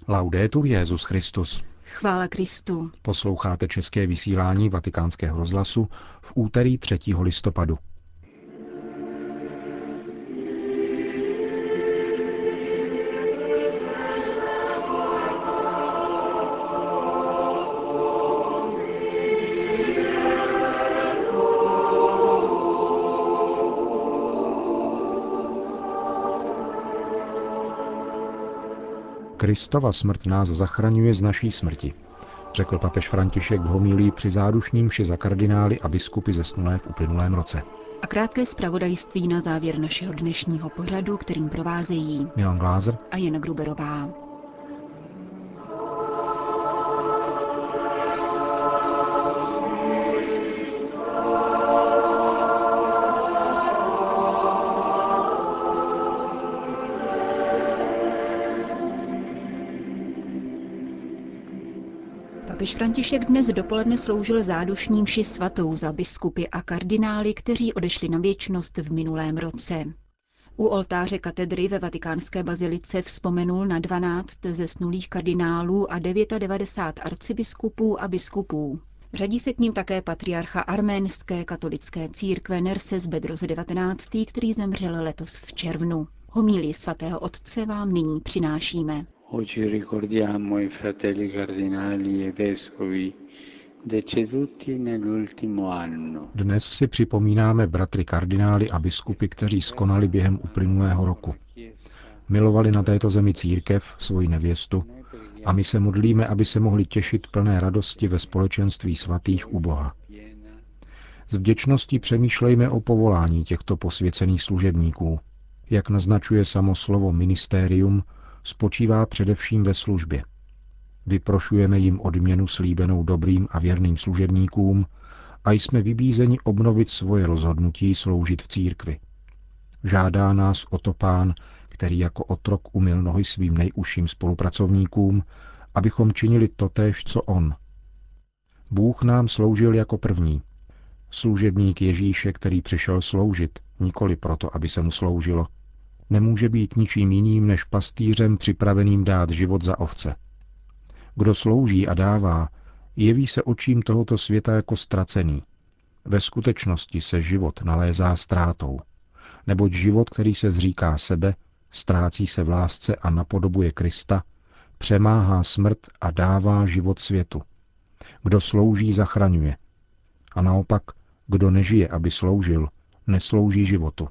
Laudetur Jesus Christus. Chvála Kristu. Posloucháte české vysílání Vatikánského rozhlasu v úterý 3. listopadu. Kristova smrt nás zachraňuje z naší smrti, řekl papež František v homílii při zádušní mši za kardinály a biskupy zesnulé v uplynulém roce. A krátké zpravodajství na závěr našeho dnešního pořadu, kterým provázejí Milan Glázer a Jana Gruberová. Papež František dnes dopoledne sloužil zádušní mši svatou za biskupy a kardinály, kteří odešli na věčnost v minulém roce. U oltáře katedry ve vatikánské bazilice vzpomenul na 12 zesnulých kardinálů a 99 arcibiskupů a biskupů. Řadí se k nim také patriarcha arménské katolické církve Nerses Bedros 19., který zemřel letos v červnu. Homílii svatého otce vám nyní přinášíme. Oggi ricordiamo i fratelli cardinali e vescovi deceduti nell'ultimo anno. Dnes si připomínáme bratry kardinály a biskupy, kteří skonali během uplynulého roku. Milovali na této zemi církev, svoji nevěstu, a my se modlíme, aby se mohli těšit plné radosti ve společenství svatých u Boha. S vděčností přemýšlejme o povolání těchto posvěcených služebníků. Jak naznačuje samo slovo ministérium, spočívá především ve službě. Vyprošujeme jim odměnu slíbenou dobrým a věrným služebníkům a jsme vybízeni obnovit svoje rozhodnutí sloužit v církvi. Žádá nás o to Pán, který jako otrok umyl nohy svým nejužším spolupracovníkům, abychom činili totéž, co on. Bůh nám sloužil jako první. Služebník Ježíše, který přišel sloužit, nikoli proto, aby se mu sloužilo, nemůže být ničím jiným než pastýřem připraveným dát život za ovce. Kdo slouží a dává, jeví se očím tohoto světa jako ztracený. Ve skutečnosti se život nalézá ztrátou, neboť život, který se zříká sebe, ztrácí se v lásce a napodobuje Krista, přemáhá smrt a dává život světu. Kdo slouží, zachraňuje. A naopak, kdo nežije, aby sloužil, neslouží životu.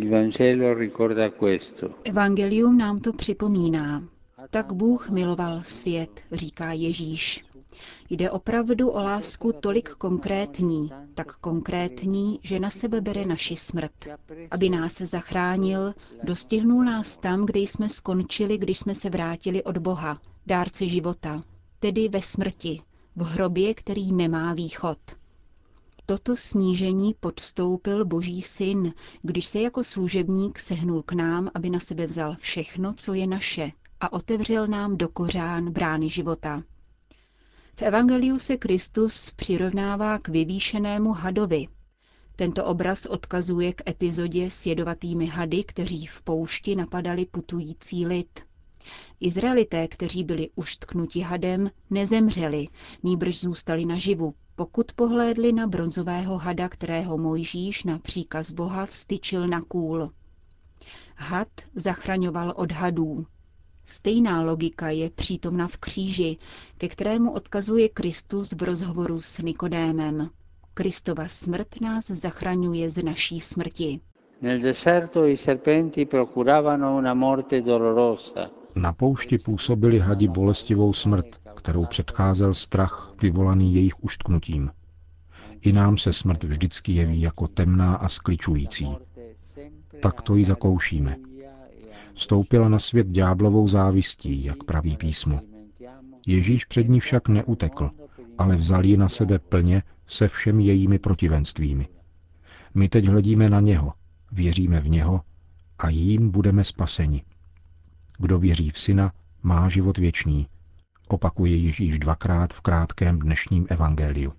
Evangelium nám to připomíná. Tak Bůh miloval svět, říká Ježíš. Jde opravdu o lásku tolik konkrétní, tak konkrétní, že na sebe bere naši smrt. Aby nás zachránil, dostihnul nás tam, kde jsme skončili, když jsme se vrátili od Boha, dárce života, tedy ve smrti, v hrobě, který nemá východ. Toto snížení podstoupil Boží syn, když se jako služebník sehnul k nám, aby na sebe vzal všechno, co je naše, a otevřel nám do kořán brány života. V evangeliu se Kristus přirovnává k vyvýšenému hadovi. Tento obraz odkazuje k epizodě s jedovatými hady, kteří v poušti napadali putující lid. Izraelité, kteří byli uštknuti hadem, nezemřeli, nýbrž zůstali naživu, pokud pohlédli na bronzového hada, kterého Mojžíš na příkaz Boha vztyčil na kůl. Had zachraňoval od hadů. Stejná logika je přítomna v kříži, ke kterému odkazuje Kristus v rozhovoru s Nikodémem. Kristova smrt nás zachraňuje z naší smrti. Na poušti působili hadi bolestivou smrt, kterou předcházel strach vyvolaný jejich uštknutím. I nám se smrt vždycky jeví jako temná a skličující. Tak to ji zakoušíme. Vstoupila na svět ďáblovou závistí, jak praví písmo. Ježíš před ní však neutekl, ale vzal ji na sebe plně se všemi jejími protivenstvími. My teď hledíme na něho, věříme v něho a jím budeme spaseni. Kdo věří v Syna, má život věčný, opakuje Ježíš dvakrát v krátkém dnešním evangeliu.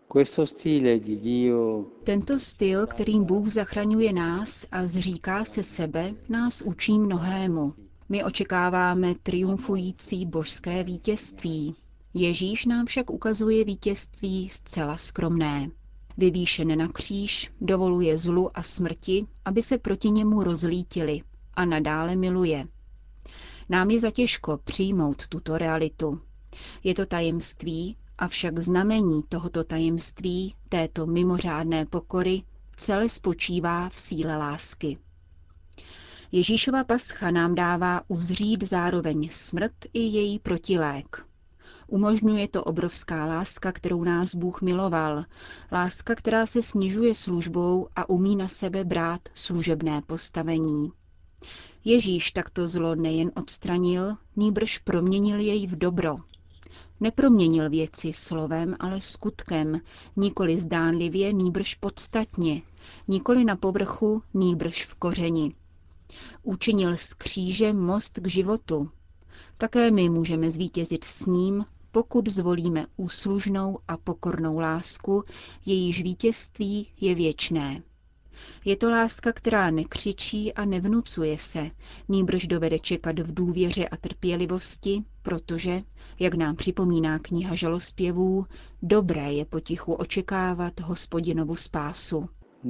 Tento styl, kterým Bůh zachraňuje nás a zříká se sebe, nás učí mnohému. My očekáváme triumfující božské vítězství. Ježíš nám však ukazuje vítězství zcela skromné. Vyvýšen na kříž dovoluje zlu a smrti, aby se proti němu rozlítili, a nadále miluje. Nám je zatěžko přijmout tuto realitu. Je to tajemství, avšak znamení tohoto tajemství, této mimořádné pokory, celé spočívá v síle lásky. Ježíšova pascha nám dává uzřít zároveň smrt i její protilék. Umožňuje to obrovská láska, kterou nás Bůh miloval. Láska, která se snižuje službou a umí na sebe brát služebné postavení. Ježíš takto zlo nejen odstranil, nýbrž proměnil jej v dobro. Neproměnil věci slovem, ale skutkem, nikoli zdánlivě, nýbrž podstatně, nikoli na povrchu, nýbrž v kořeni. Učinil z kříže most k životu. Také my můžeme zvítězit s ním, pokud zvolíme úslužnou a pokornou lásku, jejíž vítězství je věčné. Je to láska, která nekřičí a nevnucuje se, nýbrž dovede čekat v důvěře a trpělivosti, protože, jak nám připomíná kniha žalospěvů, dobré je potichu očekávat Hospodinovu spásu.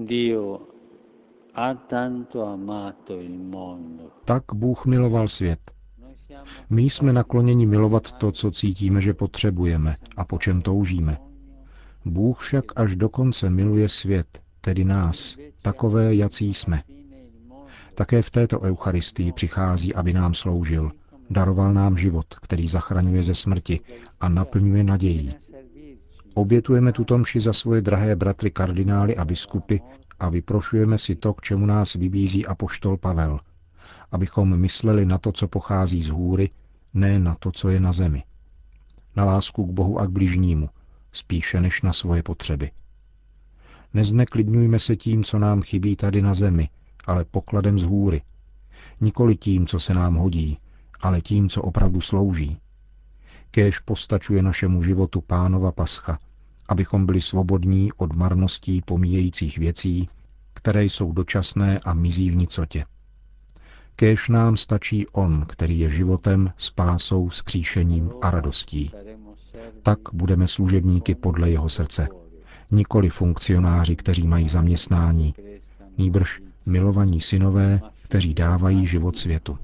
Tak Bůh miloval svět. My jsme nakloněni milovat to, co cítíme, že potřebujeme a po čem toužíme. Bůh však až do konce miluje svět, tedy nás, takové, jací jsme. Také v této eucharistii přichází, aby nám sloužil. Daroval nám život, který zachraňuje ze smrti a naplňuje nadějí. Obětujeme tuto mši za svoje drahé bratry kardinály a biskupy a vyprošujeme si to, k čemu nás vybízí apoštol Pavel. Abychom mysleli na to, co pochází z hůry, ne na to, co je na zemi. Na lásku k Bohu a k bližnímu, spíše než na svoje potřeby. Nezneklidňujme se tím, co nám chybí tady na zemi, ale pokladem z hůry. Nikoli tím, co se nám hodí, ale tím, co opravdu slouží. Kéž postačuje našemu životu Pánova pascha, abychom byli svobodní od marností pomíjejících věcí, které jsou dočasné a mizí v nicotě. Kéž nám stačí on, který je životem, spásou, vzkříšením a radostí. Tak budeme služebníky podle jeho srdce. Nikoli funkcionáři, kteří mají zaměstnání, nýbrž milovaní synové, kteří dávají život světu.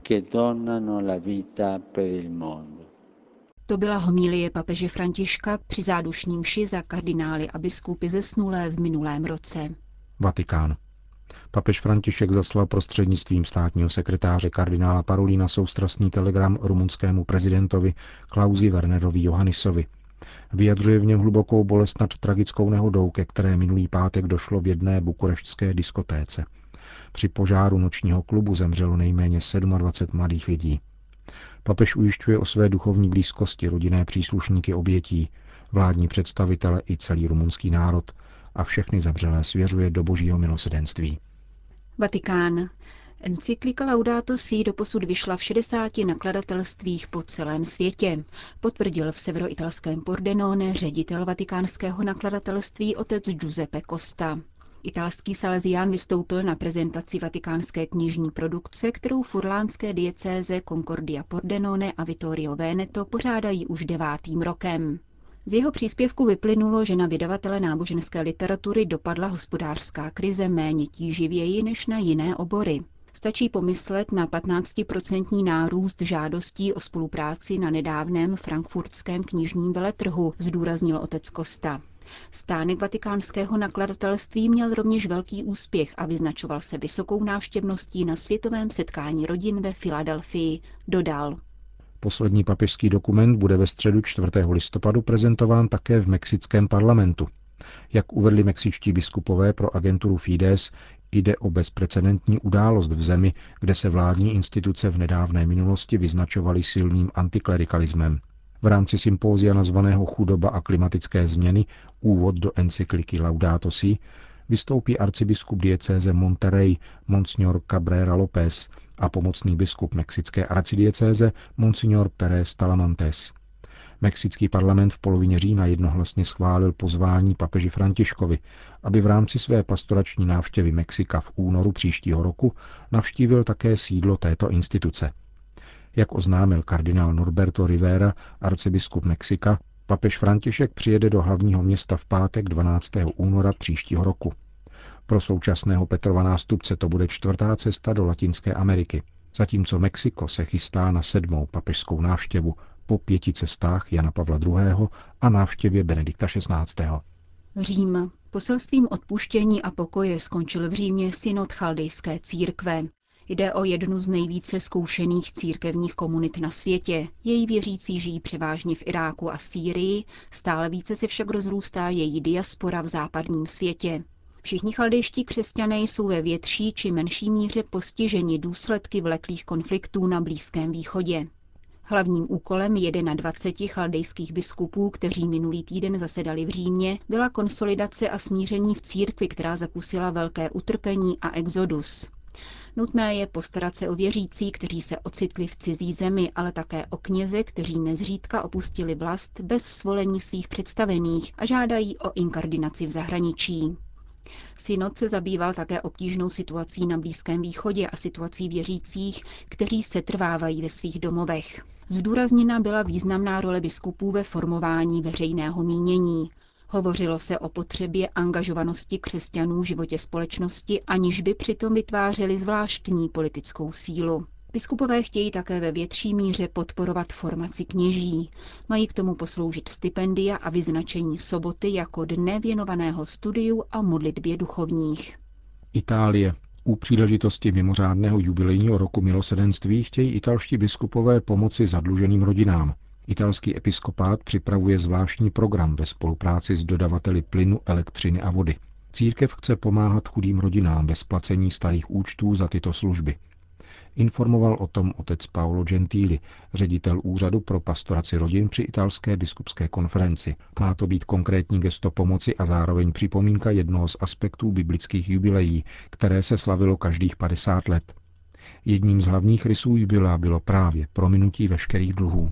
To byla homilie papeže Františka při zádušní mši za kardinály a biskupy zesnulé v minulém roce. Vatikán. Papež František zaslal prostřednictvím státního sekretáře kardinála Parolina soustrastný telegram rumunskému prezidentovi Klausi Wernerovi Johannisovi. Vyjadřuje v něm hlubokou bolest nad tragickou nehodou, ke které minulý pátek došlo v jedné bukureštské diskotéce. Při požáru nočního klubu zemřelo nejméně 27 mladých lidí. Papež ujišťuje o své duchovní blízkosti rodinné příslušníky obětí, vládní představitele i celý rumunský národ a všechny zemřelé svěřuje do božího milosrdenství. Vatikán. Encyklika Laudato Si doposud vyšla v 60 nakladatelstvích po celém světě, potvrdil v severoitalském Pordenone ředitel vatikánského nakladatelství otec Giuseppe Costa. Italský salesián vystoupil na prezentaci vatikánské knižní produkce, kterou furlánské diecéze Concordia Pordenone a Vittorio Veneto pořádají už 9. rokem. Z jeho příspěvku vyplynulo, že na vydavatele náboženské literatury dopadla hospodářská krize méně tíživěji než na jiné obory. Stačí pomyslet na 15% nárůst žádostí o spolupráci na nedávném frankfurtském knižním veletrhu, zdůraznil otec Costa. Stánek vatikánského nakladatelství měl rovněž velký úspěch a vyznačoval se vysokou návštěvností na světovém setkání rodin ve Filadelfii, dodal. Poslední papežský dokument bude ve středu 4. listopadu prezentován také v mexickém parlamentu. Jak uvedli mexičtí biskupové pro agenturu Fides, jde o bezprecedentní událost v zemi, kde se vládní instituce v nedávné minulosti vyznačovaly silným antiklerikalismem. V rámci sympózia nazvaného Chudoba a klimatické změny, úvod do encykliky Laudato Si, vystoupí arcibiskup diecéze Monterrey Monsignor Cabrera López a pomocný biskup mexické arcidiecéze Monsignor Pérez Talamantes. Mexický parlament v polovině října jednohlasně schválil pozvání papeži Františkovi, aby v rámci své pastorační návštěvy Mexika v únoru příštího roku navštívil také sídlo této instituce. Jak oznámil kardinál Norberto Rivera, arcibiskup Mexika, papež František přijede do hlavního města v pátek 12. února příštího roku. Pro současného Petrova nástupce to bude 4. cesta do Latinské Ameriky, zatímco Mexiko se chystá na 7. papežskou návštěvu po 5 cestách Jana Pavla II. A návštěvě Benedikta XVI. Řím. Poselstvím odpuštění a pokoje skončil v Římě synod chaldejské církve. Jde o jednu z nejvíce zkoušených církevních komunit na světě. Její věřící žijí převážně v Iráku a Sýrii, stále více se však rozrůstá její diaspora v západním světě. Všichni chaldejští křesťané jsou ve větší či menší míře postiženi důsledky vleklých konfliktů na Blízkém východě. Hlavním úkolem 21 chaldejských biskupů, kteří minulý týden zasedali v Římě, byla konsolidace a smíření v církvi, která zakusila velké utrpení a exodus. Nutné je postarat se o věřící, kteří se ocitli v cizí zemi, ale také o kněze, kteří nezřídka opustili vlast bez svolení svých představených a žádají o inkardinaci v zahraničí. Synod se zabýval také obtížnou situací na Blízkém východě a situací věřících, kteří setrvávají ve svých domovech. Zdůrazněna byla významná role biskupů ve formování veřejného mínění. Hovořilo se o potřebě angažovanosti křesťanů v životě společnosti, aniž by přitom vytvářeli zvláštní politickou sílu. Biskupové chtějí také ve větší míře podporovat formaci kněží. Mají k tomu posloužit stipendia a vyznačení soboty jako dne věnovaného studiu a modlitbě duchovních. Itálie. U příležitosti mimořádného jubilejního roku milosedenství chtějí italští biskupové pomoci zadluženým rodinám. Italský episkopát připravuje zvláštní program ve spolupráci s dodavateli plynu, elektřiny a vody. Církev chce pomáhat chudým rodinám ve splacení starých účtů za tyto služby. Informoval o tom otec Paolo Gentili, ředitel Úřadu pro pastoraci rodin při italské biskupské konferenci. Má to být konkrétní gesto pomoci a zároveň připomínka jednoho z aspektů biblických jubileí, které se slavilo každých 50 let. Jedním z hlavních rysů jubilea bylo právě prominutí veškerých dluhů.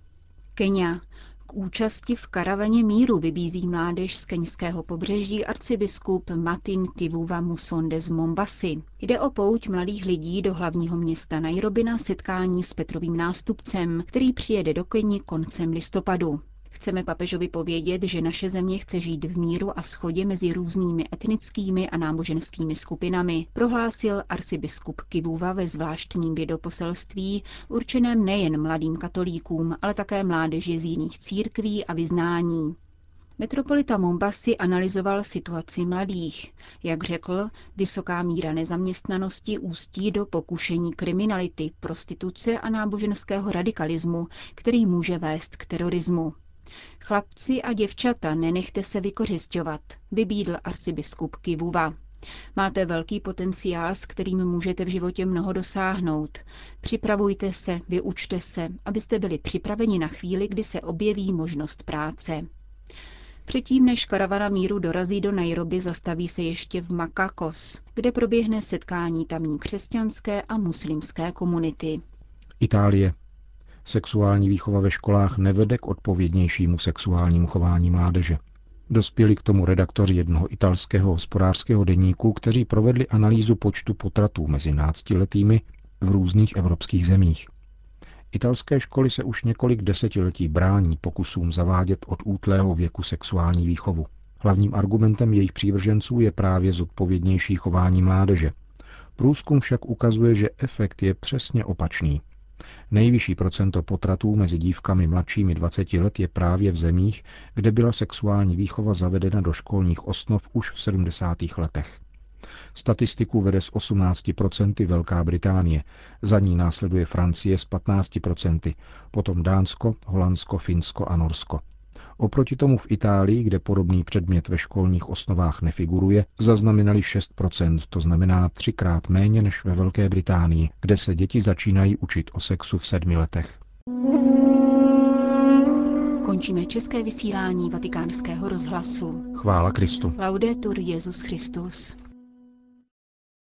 Kenia. K účasti v karavaně míru vybízí mládež z keňského pobřeží arcibiskup Martin Kivuva Musonde z Mombasy. Jde o pouť mladých lidí do hlavního města Nairobi na setkání s Petrovým nástupcem, který přijede do Keni koncem listopadu. Chceme papežovi povědět, že naše země chce žít v míru a shodě mezi různými etnickými a náboženskými skupinami, prohlásil arcibiskup Kivuva ve zvláštním bědoposelství, určeném nejen mladým katolíkům, ale také mládeži z jiných církví a vyznání. Metropolita Mombasy analyzoval situaci mladých. Jak řekl, vysoká míra nezaměstnanosti ústí do pokušení kriminality, prostituce a náboženského radikalismu, který může vést k terorismu. Chlapci a děvčata, nenechte se vykořisťovat, vybídl arcibiskup Kivuva. Máte velký potenciál, s kterým můžete v životě mnoho dosáhnout. Připravujte se, vyučte se, abyste byli připraveni na chvíli, kdy se objeví možnost práce. Předtím, než karavana míru dorazí do Nairobi, zastaví se ještě v Makakos, kde proběhne setkání tamní křesťanské a muslimské komunity. Itálie. Sexuální výchova ve školách nevede k odpovědnějšímu sexuálnímu chování mládeže. Dospěli k tomu redaktoři jednoho italského hospodářského deníku, kteří provedli analýzu počtu potratů mezi 12letými v různých evropských zemích. Italské školy se už několik desetiletí brání pokusům zavádět od útlého věku sexuální výchovu. Hlavním argumentem jejich přívrženců je právě zodpovědnější chování mládeže. Průzkum však ukazuje, že efekt je přesně opačný. Nejvyšší procento potratů mezi dívkami mladšími 20 let je právě v zemích, kde byla sexuální výchova zavedena do školních osnov už v 70. letech. Statistiku vede s 18% Velká Británie, za ní následuje Francie s 15%, potom Dánsko, Holandsko, Finsko a Norsko. Oproti tomu v Itálii, kde podobný předmět ve školních osnovách nefiguruje, zaznamenali 6%, to znamená 3krát méně než ve Velké Británii, kde se děti začínají učit o sexu v 7 letech. Končíme české vysílání Vatikánského rozhlasu. Chvála Kristu. Laudetur Jesus Christus.